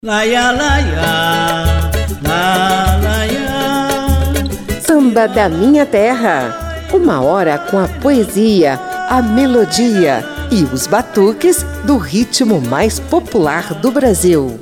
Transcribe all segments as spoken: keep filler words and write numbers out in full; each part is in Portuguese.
Laia, laia, la, laia. Samba da Minha Terra. Uma hora com a poesia, a melodia e os batuques do ritmo mais popular do Brasil.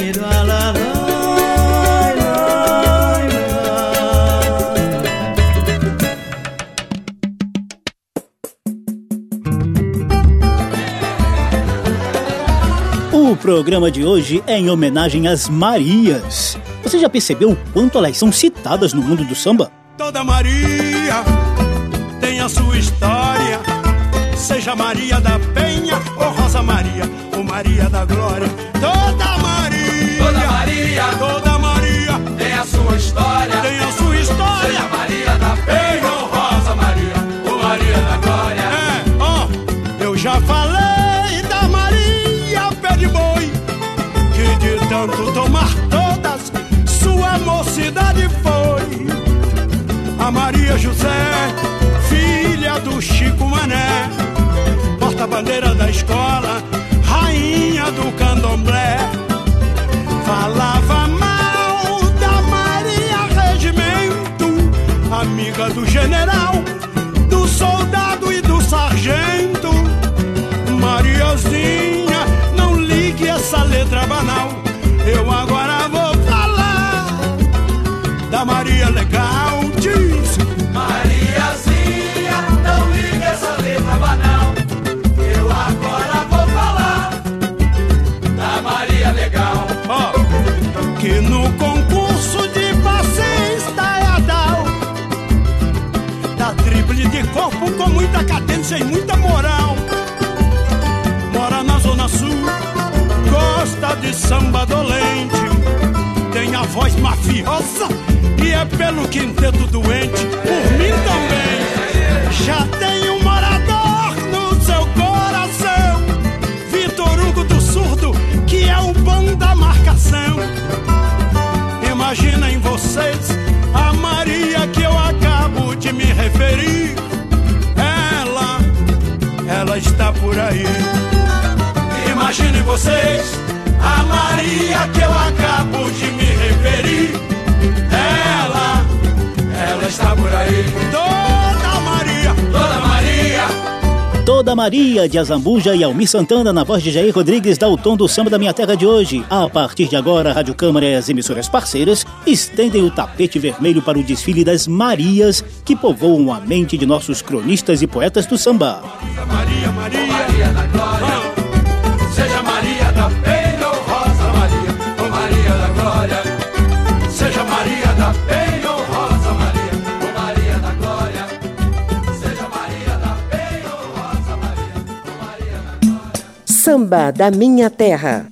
O programa de hoje é em homenagem às Marias. Você já percebeu o quanto elas são citadas no mundo do samba? Toda Maria tem a sua história, seja Maria da Penha ou Rosa Maria ou Maria da Glória. Toda Maria, toda Maria, toda Maria tem a sua história, tem a sua história, seja Maria da Penha ou Rosa Maria ou Maria da Glória. É, ó, eu já falei da Maria pé de boi, que de tanto tomar todas, sua mocidade foi. A Maria José, filha do Chico Mané, porta-bandeira da escola, rainha do candomblé. Falava mal da Maria Regimento, amiga do general, do soldado e do sargento. Mariazinha, não ligue essa letra banal, eu agora vou falar da Maria legal. Diz Mariazinha, não liga essa letra banal, eu agora vou falar da Maria legal. Ó, oh, que no concurso de passista é a Dal, dá drible de corpo com muita cadência e muita moral. Mora na Zona Sul, gosta de samba dolente, tem a voz mafiosa e é pelo quinteto doente. Por mim também, já tem um morador no seu coração, Vitor Hugo do Surdo, que é o bom da marcação. Imaginem vocês a Maria que eu acabo de me referir. Ela, ela está por aí. Imaginem vocês a Maria que eu acabo de me referir. Ela, ela está por aí. Toda Maria, toda Maria, Toda Maria, de Azambuja e Almir Santana, na voz de Jair Rodrigues, dá o tom do samba da Minha Terra de hoje. A partir de agora, a Rádio Câmara e as emissoras parceiras estendem o tapete vermelho para o desfile das Marias que povoam a mente de nossos cronistas e poetas do samba. Maria, Maria, Maria da Glória, seja Maria da Penha ou Rosa Maria ou Maria da Glória, seja Maria da Penha ou Rosa Maria ou Maria da Glória, seja Maria da Penha ou Rosa Maria ou Maria da Glória. Samba da Minha Terra.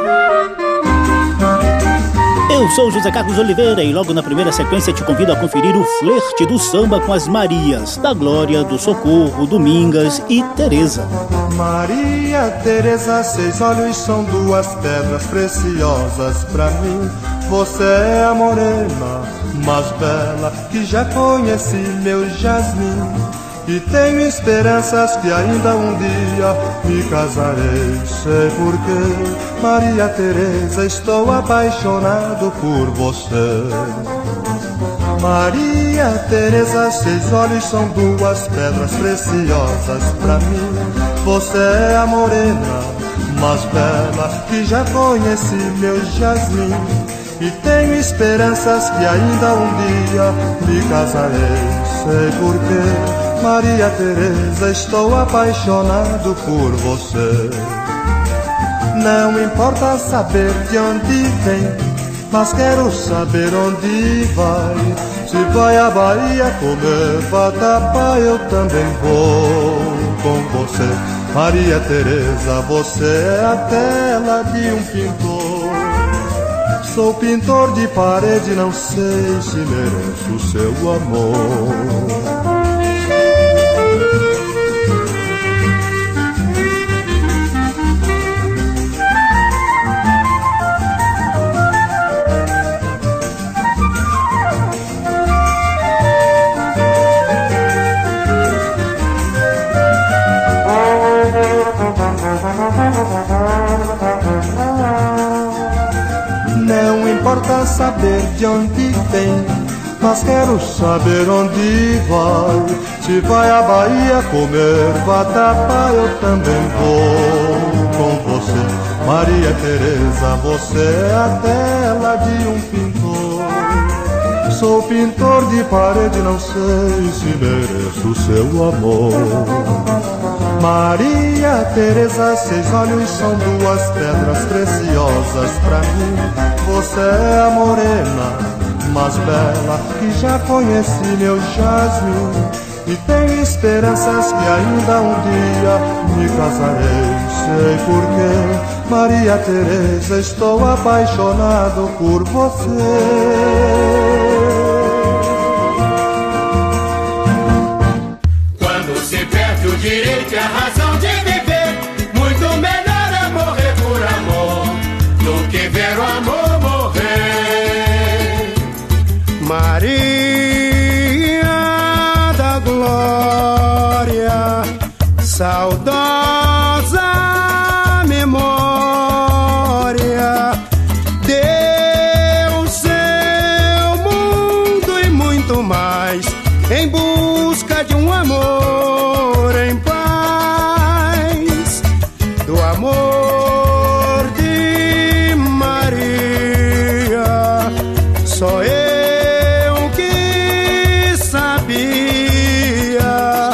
Eu sou José Carlos Oliveira e logo na primeira sequência te convido a conferir o flerte do samba com as Marias, da Glória, do Socorro, Domingas e Teresa. Maria Teresa, seis olhos são duas pedras preciosas pra mim. Você é a morena mais bela que já conheci, meu jasmim. E tenho esperanças que ainda um dia me casarei. Sei porquê, Maria Teresa, estou apaixonado por você. Maria Teresa, seus olhos são duas pedras preciosas pra mim. Você é a morena mais bela que já conheci, meu jasmim. E tenho esperanças que ainda um dia me casarei. Sei porquê, Maria Teresa, estou apaixonado por você. Não importa saber de onde vem, mas quero saber onde vai. Se vai à Bahia comer vatapá, eu também vou com você. Maria Teresa, você é a tela de um pintor. Sou pintor de parede, não sei se mereço o seu amor. Não importa saber de onde vem, mas quero saber onde vai. Se vai à Bahia comer vatapá, eu também vou com você. Maria Teresa, você é a tela de um pintor. Sou pintor de parede, não sei se mereço seu amor. Maria Teresa, seus olhos são duas pedras preciosas pra mim. Você é a morena mais bela que já conheci, meu jasmim. E tenho esperanças que ainda um dia me casarei, sei porquê. Maria Teresa, estou apaixonado por você. Quando se perde o direito e a razão de viver, muito melhor é morrer por amor do que ver o amor morrer. Maria da Glória, saudosa memória, deu seu mundo e muito mais em busca de um amor em paz, do amor de Maria. Só eu que sabia,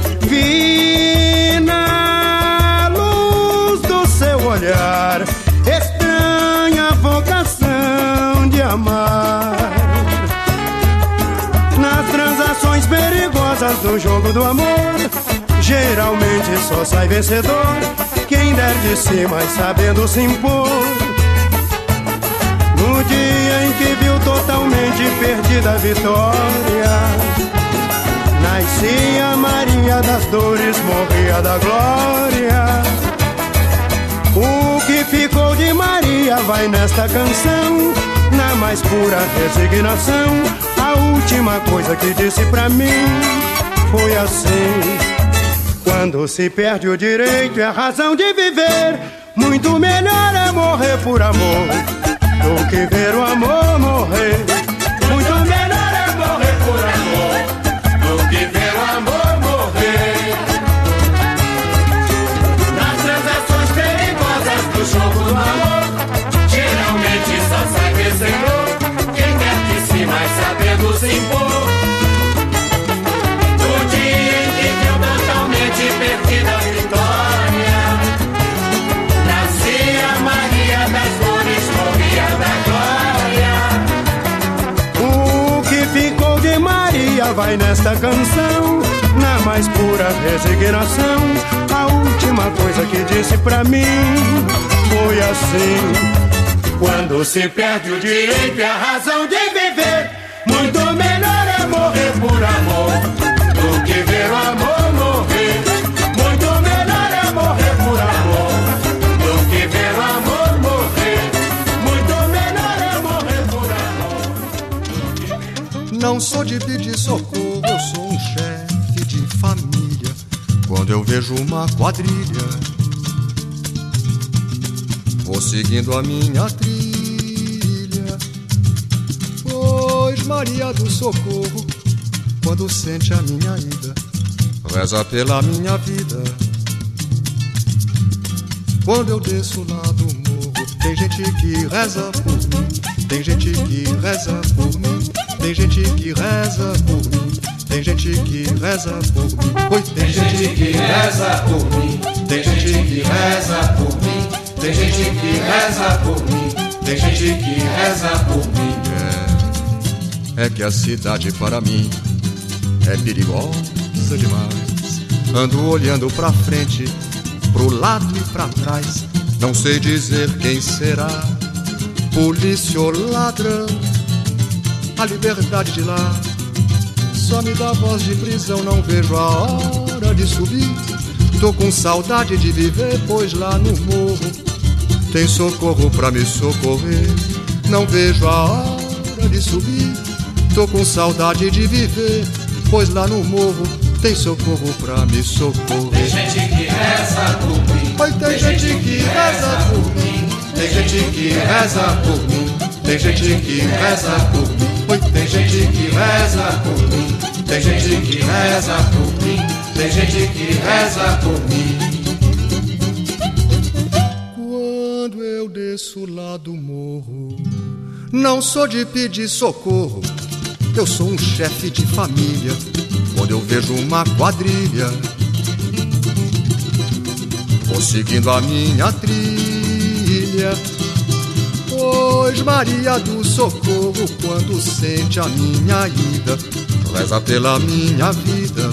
vi na luz do seu olhar estranha vocação de amar. Nas transações perigosas do jogo do amor, geralmente só sai vencedor quem der de si, mas sabendo se impor. No dia em que viu totalmente perdida a vitória, nascia Maria das dores, morria da glória. O que ficou de Maria vai nesta canção, na mais pura resignação. A última coisa que disse pra mim foi assim: quando se perde o direito e a razão de viver, muito melhor é morrer por amor do que ver o amor morrer. Muito melhor é morrer por amor do que ver o amor morrer. Nas transações perigosas do jogo do amor, geralmente só sai vencedor quem quer que se mais sabendo se impor. No dia em que viu totalmente perdida a vitória, nascia Maria das dores, morria da glória. O que ficou de Maria vai nesta canção, na mais pura resignação. A última coisa que disse pra mim foi assim: quando se perde o direito e a razão de viver, muito melhor é morrer por amor do que ver o amor morrer. Muito melhor é morrer por amor do que ver o amor morrer. Muito melhor é morrer por amor. Não sou de pedir socorro, eu sou um chefe de família. Quando eu vejo uma quadrilha, vou seguindo a minha trilha. Pois Maria do Socorro, quando sente a minha ida, reza pela minha vida. Quando eu desço lá do morro, tem gente que reza por mim, tem gente que reza por mim, tem gente que reza por mim, tem gente que reza por mim. Oi, tem, tem gente que reza por mim, tem gente que reza por mim, tem gente que reza por mim, tem gente que reza por mim. É, é que a cidade para mim é perigosa demais. Ando olhando pra frente, pro lado e pra trás, não sei dizer quem será, polícia ou ladrão. A liberdade de lá só me dá voz de prisão, não vejo a hora de subir. Tô com saudade de viver, pois lá no morro tem socorro pra me socorrer. Não vejo a hora de subir. Tô com saudade de viver, pois lá no morro tem socorro pra me socorrer. Tem gente que reza por mim, Oi, tem, tem gente, gente que reza por mim, tem gente que reza por mim, tem gente que reza por mim. Oi, tem gente que reza por mim. Tem gente que reza por mim. Tem gente que reza por mim. Quando eu desço lá do morro, não sou de pedir socorro, eu sou um chefe de família. Quando eu vejo uma quadrilha, vou seguindo a minha trilha. Pois Maria do Socorro, quando sente a minha ida, reza pela minha vida.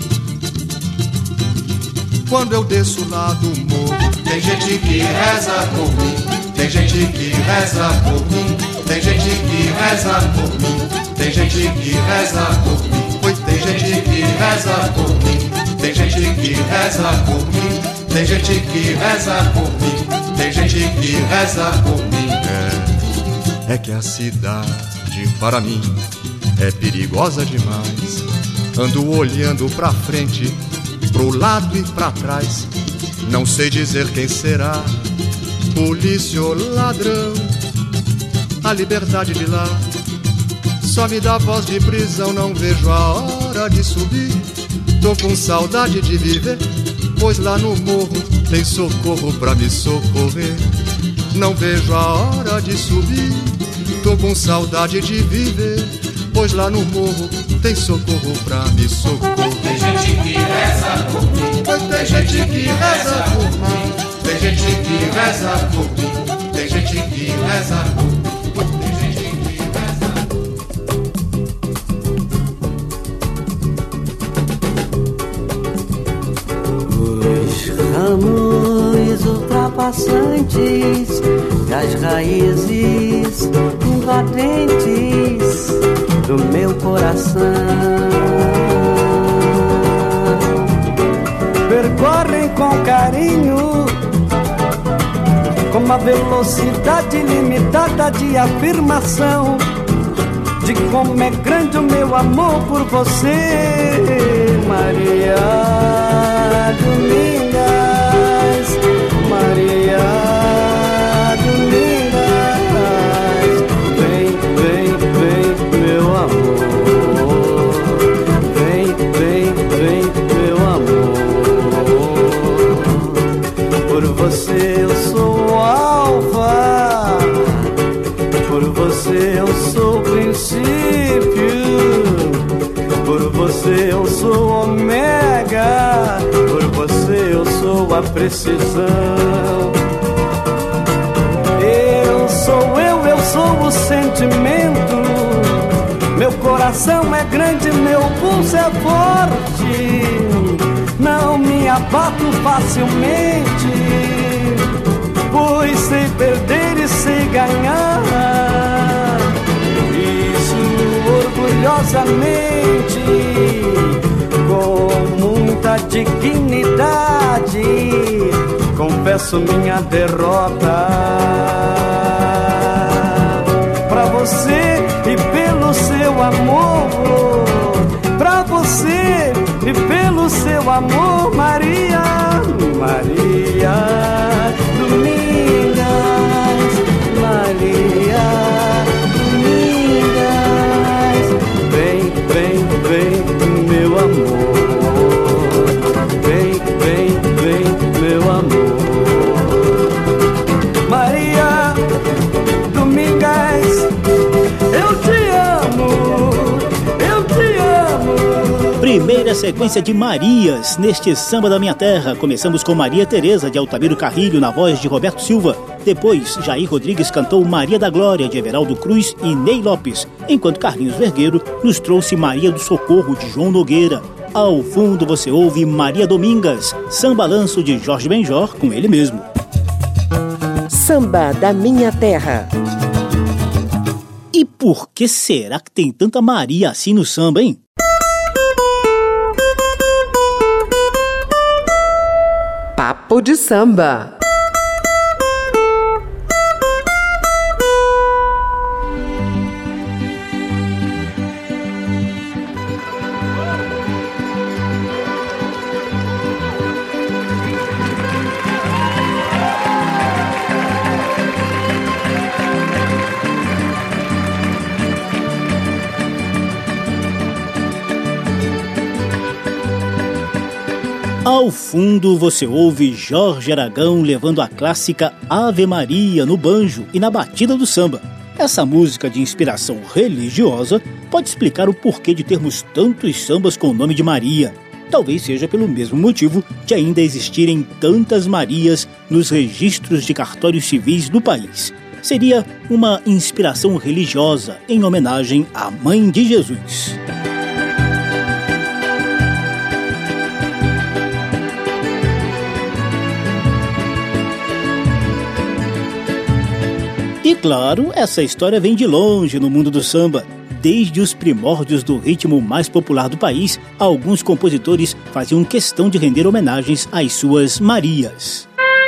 Quando eu desço lá do morro, tem gente que reza por mim. Tem gente que reza por mim. Tem gente que reza por mim. Tem gente que reza por mim. Oi, tem gente que reza por mim. Tem gente que reza por mim. Tem gente que reza por mim. Tem gente que reza por mim. É, é que a cidade para mim é perigosa demais. Ando olhando pra frente, pro lado e pra trás. Não sei dizer quem será, polícia ou ladrão. A liberdade de lá só me dá voz de prisão. Não vejo a hora de subir, tô com saudade de viver, pois lá no morro tem socorro pra me socorrer. Não vejo a hora de subir, tô com saudade de viver, pois lá no morro tem socorro pra me socorrer. Tem gente que reza por mim. Tem gente que reza por mim. Tem gente que reza por mim. Tem gente que reza por mim. Tem gente que reza por mim. Os ramos ultrapassantes das raízes invadentes do meu coração percorrem com carinho, com uma velocidade limitada de afirmação de como é grande o meu amor por você, Maria Domingas, Maria Domingas. Vem, vem, vem, meu amor. Vem, vem, vem, meu amor. Por você eu sou o alfa, por você eu sou o princípio, por você eu sou o ômega, por você eu sou a precisão. Eu sou eu, eu sou o sentimento. Meu coração é grande, meu pulso é forte. Não me abato facilmente, pois sei perder e sei ganhar. Isso orgulhosamente, com muita dignidade, confesso minha derrota. Pra você e pelo seu amor, pra você e pelo seu amor, Maria, Maria Domingas, Maria Domingas. Vem, vem, vem, meu amor. Vem, vem, vem, meu amor. Maria Domingas, eu te amo, eu te amo. Primeira sequência de Marias neste Samba da Minha Terra. Começamos com Maria Tereza, de Altamiro Carrilho, na voz de Roberto Silva. Depois, Jair Rodrigues cantou Maria da Glória, de Everaldo Cruz e Ney Lopes, enquanto Carlinhos Vergueiro nos trouxe Maria do Socorro, de João Nogueira. Ao fundo você ouve Maria Domingas, Sambalanço, de Jorge Benjor, com ele mesmo. Samba da Minha Terra. E por que será que tem tanta Maria assim no samba, hein? Papo de samba. Ao fundo você ouve Jorge Aragão levando a clássica Ave Maria no banjo e na batida do samba. Essa música de inspiração religiosa pode explicar o porquê de termos tantos sambas com o nome de Maria. Talvez seja pelo mesmo motivo de ainda existirem tantas Marias nos registros de cartórios civis do país. Seria uma inspiração religiosa em homenagem à Mãe de Jesus. E claro, essa história vem de longe no mundo do samba. Desde os primórdios do ritmo mais popular do país, alguns compositores faziam questão de render homenagens às suas Marias.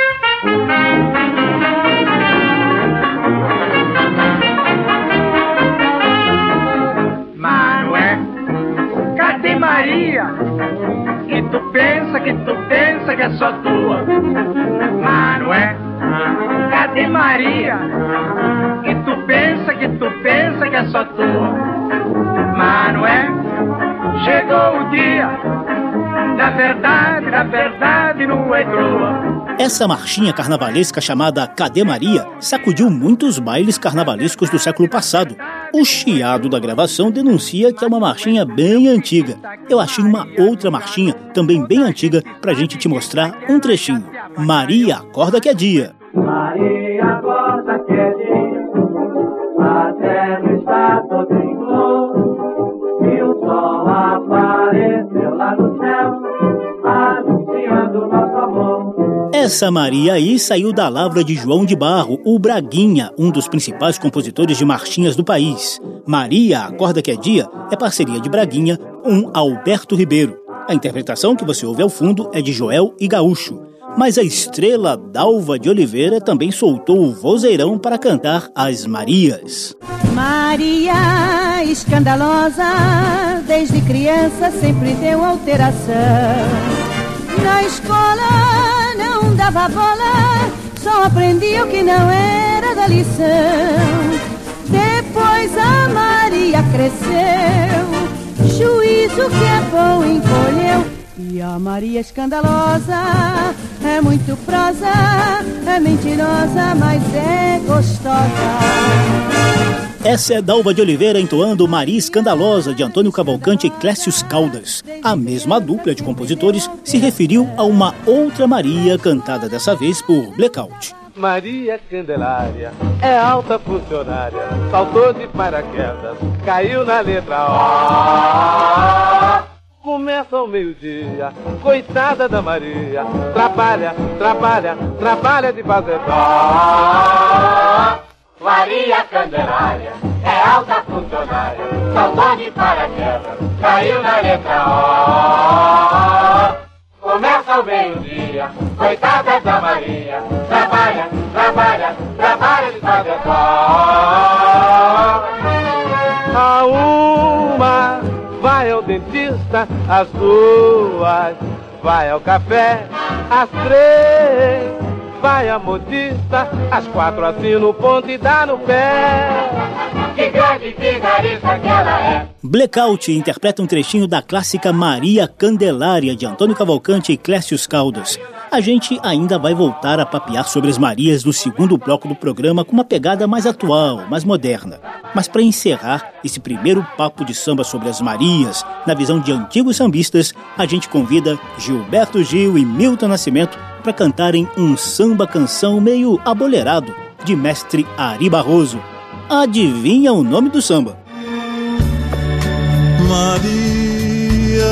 Manué, cadê Maria? Que tu pensa, que tu pensa que é só tua. Manué, cadê Maria? Que tu pensa, que tu pensa que é só tua. Manué, chegou o dia da verdade, da verdade no Heitroa. Essa marchinha carnavalesca chamada Cadê Maria sacudiu muitos bailes carnavalescos do século passado. O chiado da gravação denuncia que é uma marchinha bem antiga. Eu achei uma outra marchinha, também bem antiga, pra gente te mostrar um trechinho. Maria, acorda que é dia. Maria, acorda que é dia, a terra está toda em flor, e o sol apareceu lá no céu, anunciando nosso amor. Essa Maria aí saiu da lavra de João de Barro, o Braguinha, um dos principais compositores de marchinhas do país. Maria, acorda que é dia, é parceria de Braguinha com Alberto Ribeiro. A interpretação que você ouve ao fundo é de Joel e Gaúcho. Mas a estrela Dalva de Oliveira também soltou o vozeirão para cantar as Marias. Maria escandalosa, desde criança sempre deu alteração. Na escola não dava bola, só aprendia o que não era da lição. Depois a Maria cresceu, juízo que é bom encolheu. E a Maria escandalosa é muito prosa, é mentirosa, mas é gostosa. Essa é Dalva de Oliveira entoando Maria Escandalosa, de Antônio Cavalcante e Clécius Caldas. A mesma dupla de compositores se referiu a uma outra Maria, cantada dessa vez por Blackout. Maria Candelária é alta funcionária, saltou de paraquedas, caiu na letra O. Começa ao meio-dia, coitada da Maria, trabalha, trabalha, trabalha de fazer dó. Maria Candelária é alta funcionária, saltou de paraquedas, caiu na letra O. Começa ao meio-dia, coitada da Maria, trabalha, trabalha, trabalha de fazer dó. A uma vai ao dentista, às duas vai ao café, às três vai à modista, às quatro assina o ponto e dá no pé. Que grande vigarista que ela é! Blackout interpreta um trechinho da clássica Maria Candelária, de Antônio Cavalcante e Clécius Caldas. A gente ainda vai voltar a papear sobre as Marias no segundo bloco do programa com uma pegada mais atual, mais moderna. Mas para encerrar esse primeiro papo de samba sobre as Marias, na visão de antigos sambistas, a gente convida Gilberto Gil e Milton Nascimento para cantarem um samba-canção meio abolerado, de mestre Ari Barroso. Adivinha o nome do samba? Maria,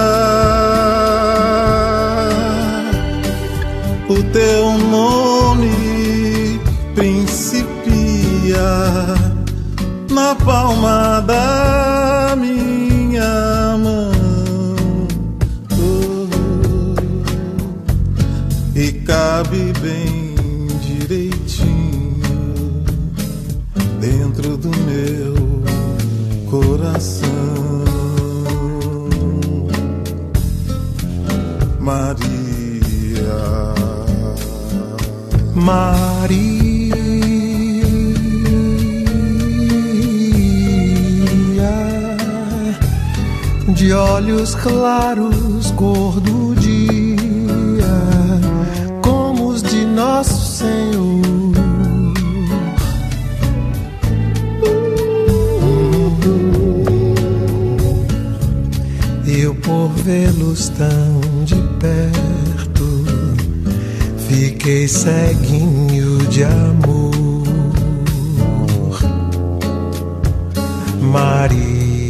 o teu nome principia na palma da minha mão, oh, e cabe bem direitinho dentro do meu coração. Maria, Maria, de olhos claros, cor do dia, nosso Senhor. Eu por vê-los tão de perto fiquei ceguinho de amor. Maria,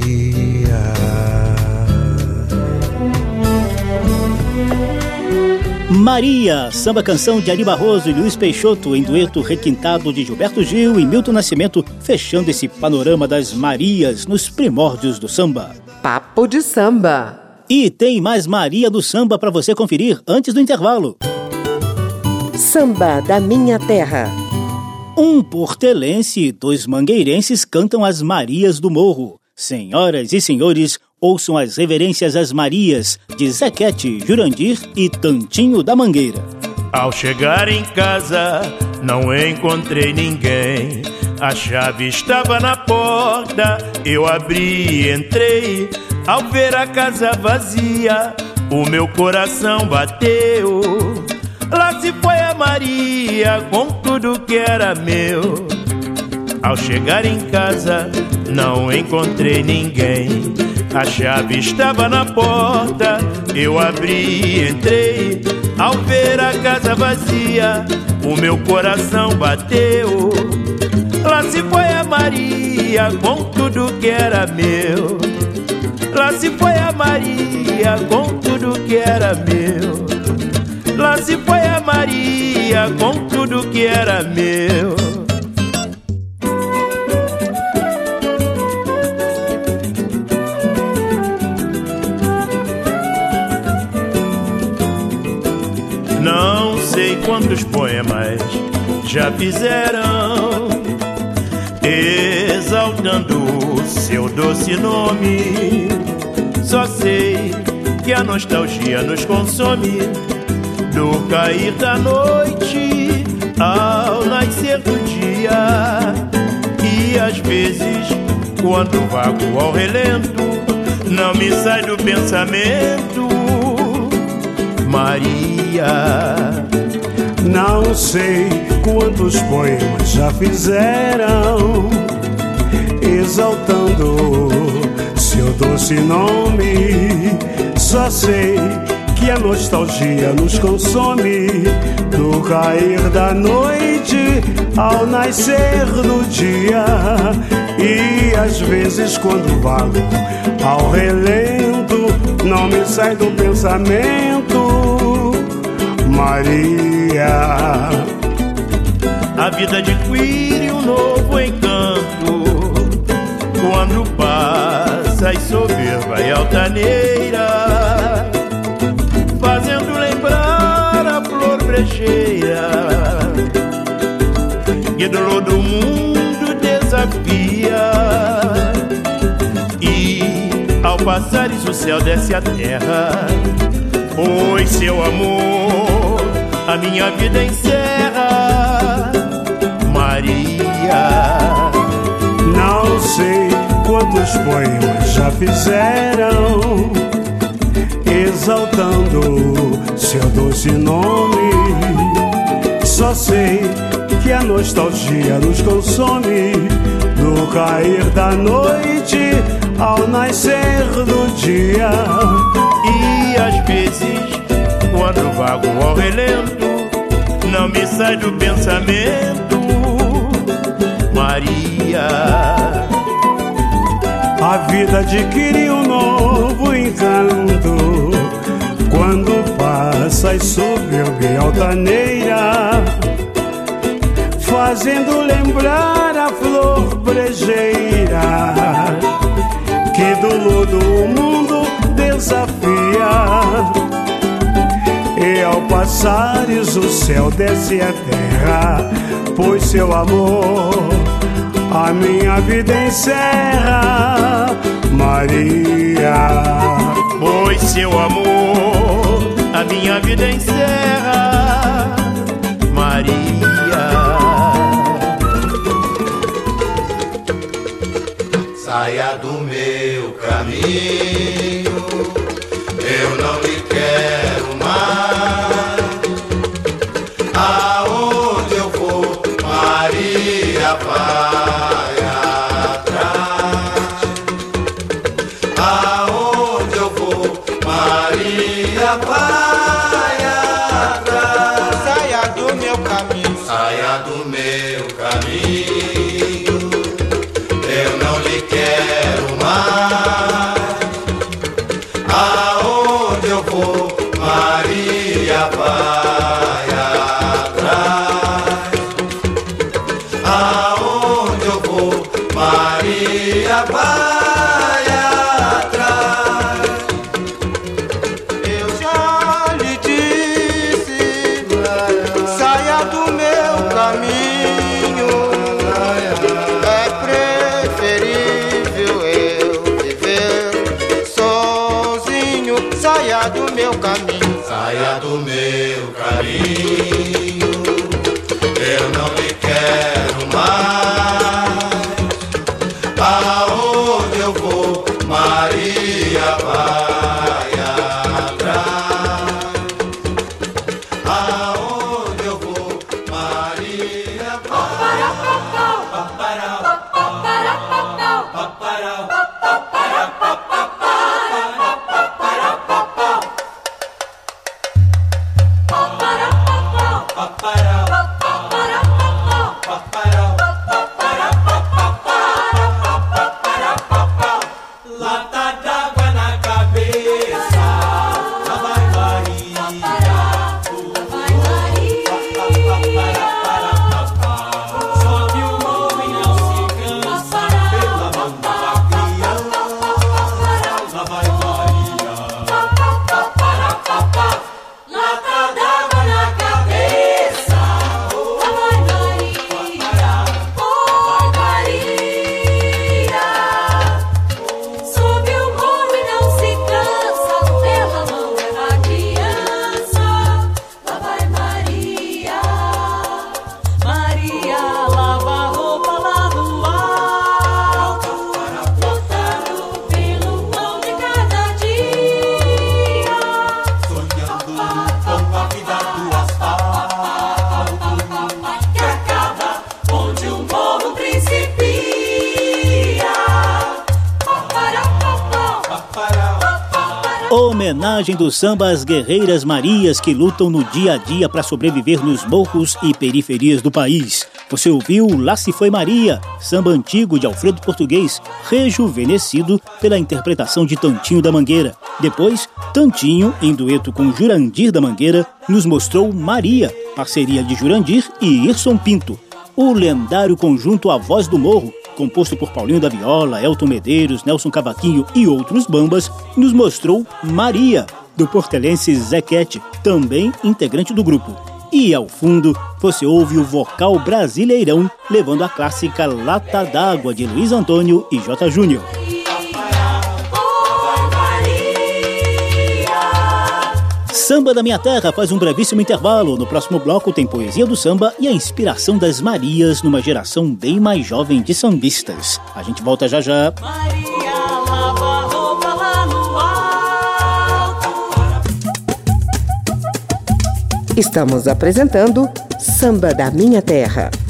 Maria, samba canção de Ari Barroso e Luiz Peixoto em dueto requintado de Gilberto Gil e Milton Nascimento, fechando esse panorama das Marias nos primórdios do samba. Papo de samba. E tem mais Maria do samba para você conferir antes do intervalo. Samba da minha terra. Um portelense e dois mangueirenses cantam as Marias do Morro. Senhoras e senhores, ouçam as reverências às Marias de Zequete, Jurandir e Tantinho da Mangueira. Ao chegar em casa, não encontrei ninguém. A chave estava na porta, eu abri e entrei. Ao ver a casa vazia, o meu coração bateu. Lá se foi a Maria com tudo que era meu. Ao chegar em casa, não encontrei ninguém. A chave estava na porta, eu abri e entrei. Ao ver a casa vazia, o meu coração bateu. Lá se foi a Maria com tudo que era meu. Lá se foi a Maria com tudo que era meu. Lá se foi a Maria com tudo que era meu. Não sei quantos poemas já fizeram exaltando seu doce nome. Só sei que a nostalgia nos consome, do cair da noite ao nascer do dia. E às vezes, quando vago ao relento, não me sai do pensamento Maria. Não sei quantos poemas já fizeram exaltando seu doce nome. Só sei que a nostalgia nos consome, do cair da noite ao nascer do dia. E às vezes quando vago ao relento, não me sai do pensamento Maria. A vida adquire um novo encanto quando passa e soberba e altaneira, fazendo lembrar a flor brejeira que do lodo do mundo desafia. E ao passares o céu desce a terra, pois seu amor a minha vida encerra Maria. Não sei quantos poemas já fizeram exaltando seu doce nome. Só sei que a nostalgia nos consome, do cair da noite ao nascer do dia. E às vezes, quando vago ao relento, não me sai do pensamento Maria. A vida adquire um novo encanto quando passas soberba e altaneira, fazendo lembrar a flor brejeira que do lodo o mundo desafia. E ao passares o céu desce a terra, pois seu amor a minha vida encerra Maria. Pois seu amor a minha vida encerra Maria. Saia do meu caminho, eu não lhe quero mais. Aonde vou, Maria vai atrás. Eu já lhe disse, saia do meu caminho. É preferível eu viver sozinho. Saia do meu caminho. Saia do meu caminho. Eu não lhe quero mais. Aonde eu vou, Maria vai atrás. Aonde eu vou, Maria vai Lata d'água na cabeça, lá vai Maria, lá vai Maria. Sobe o morro e não se cansa, pela mão da criança, lá vai Maria. Lata d'água na cabeça, lá vai Maria, oh Maria. Sobe o morro e não se cansa, pela mão da criança, lá vai Maria. Maria lava a roupa lá no alto, lutando pelo pão de cada dia, sonhando com a vida do asfalto, que acaba onde o morro principia. Homenagem do samba às guerreiras Marias que lutam no dia a dia para sobreviver nos morros e periferias do país. Você ouviu Lá Se Foi Maria, samba antigo de Alfredo Português, rejuvenescido pela interpretação de Tantinho da Mangueira. Depois, Tantinho, em dueto com Jurandir da Mangueira, nos mostrou Maria, parceria de Jurandir e Irson Pinto. O lendário conjunto A Voz do Morro, composto por Paulinho da Viola, Elton Medeiros, Nelson Cavaquinho e outros bambas, nos mostrou Maria, do portelense Zequete, também integrante do grupo. E ao fundo, você ouve o vocal brasileirão levando a clássica Lata d'Água de Luiz Antônio e J. Júnior. Samba da Minha Terra faz um brevíssimo intervalo. No próximo bloco tem poesia do samba e a inspiração das Marias numa geração bem mais jovem de sambistas. A gente volta já já. Maria lava a roupa lá no alto. Estamos apresentando Samba da Minha Terra.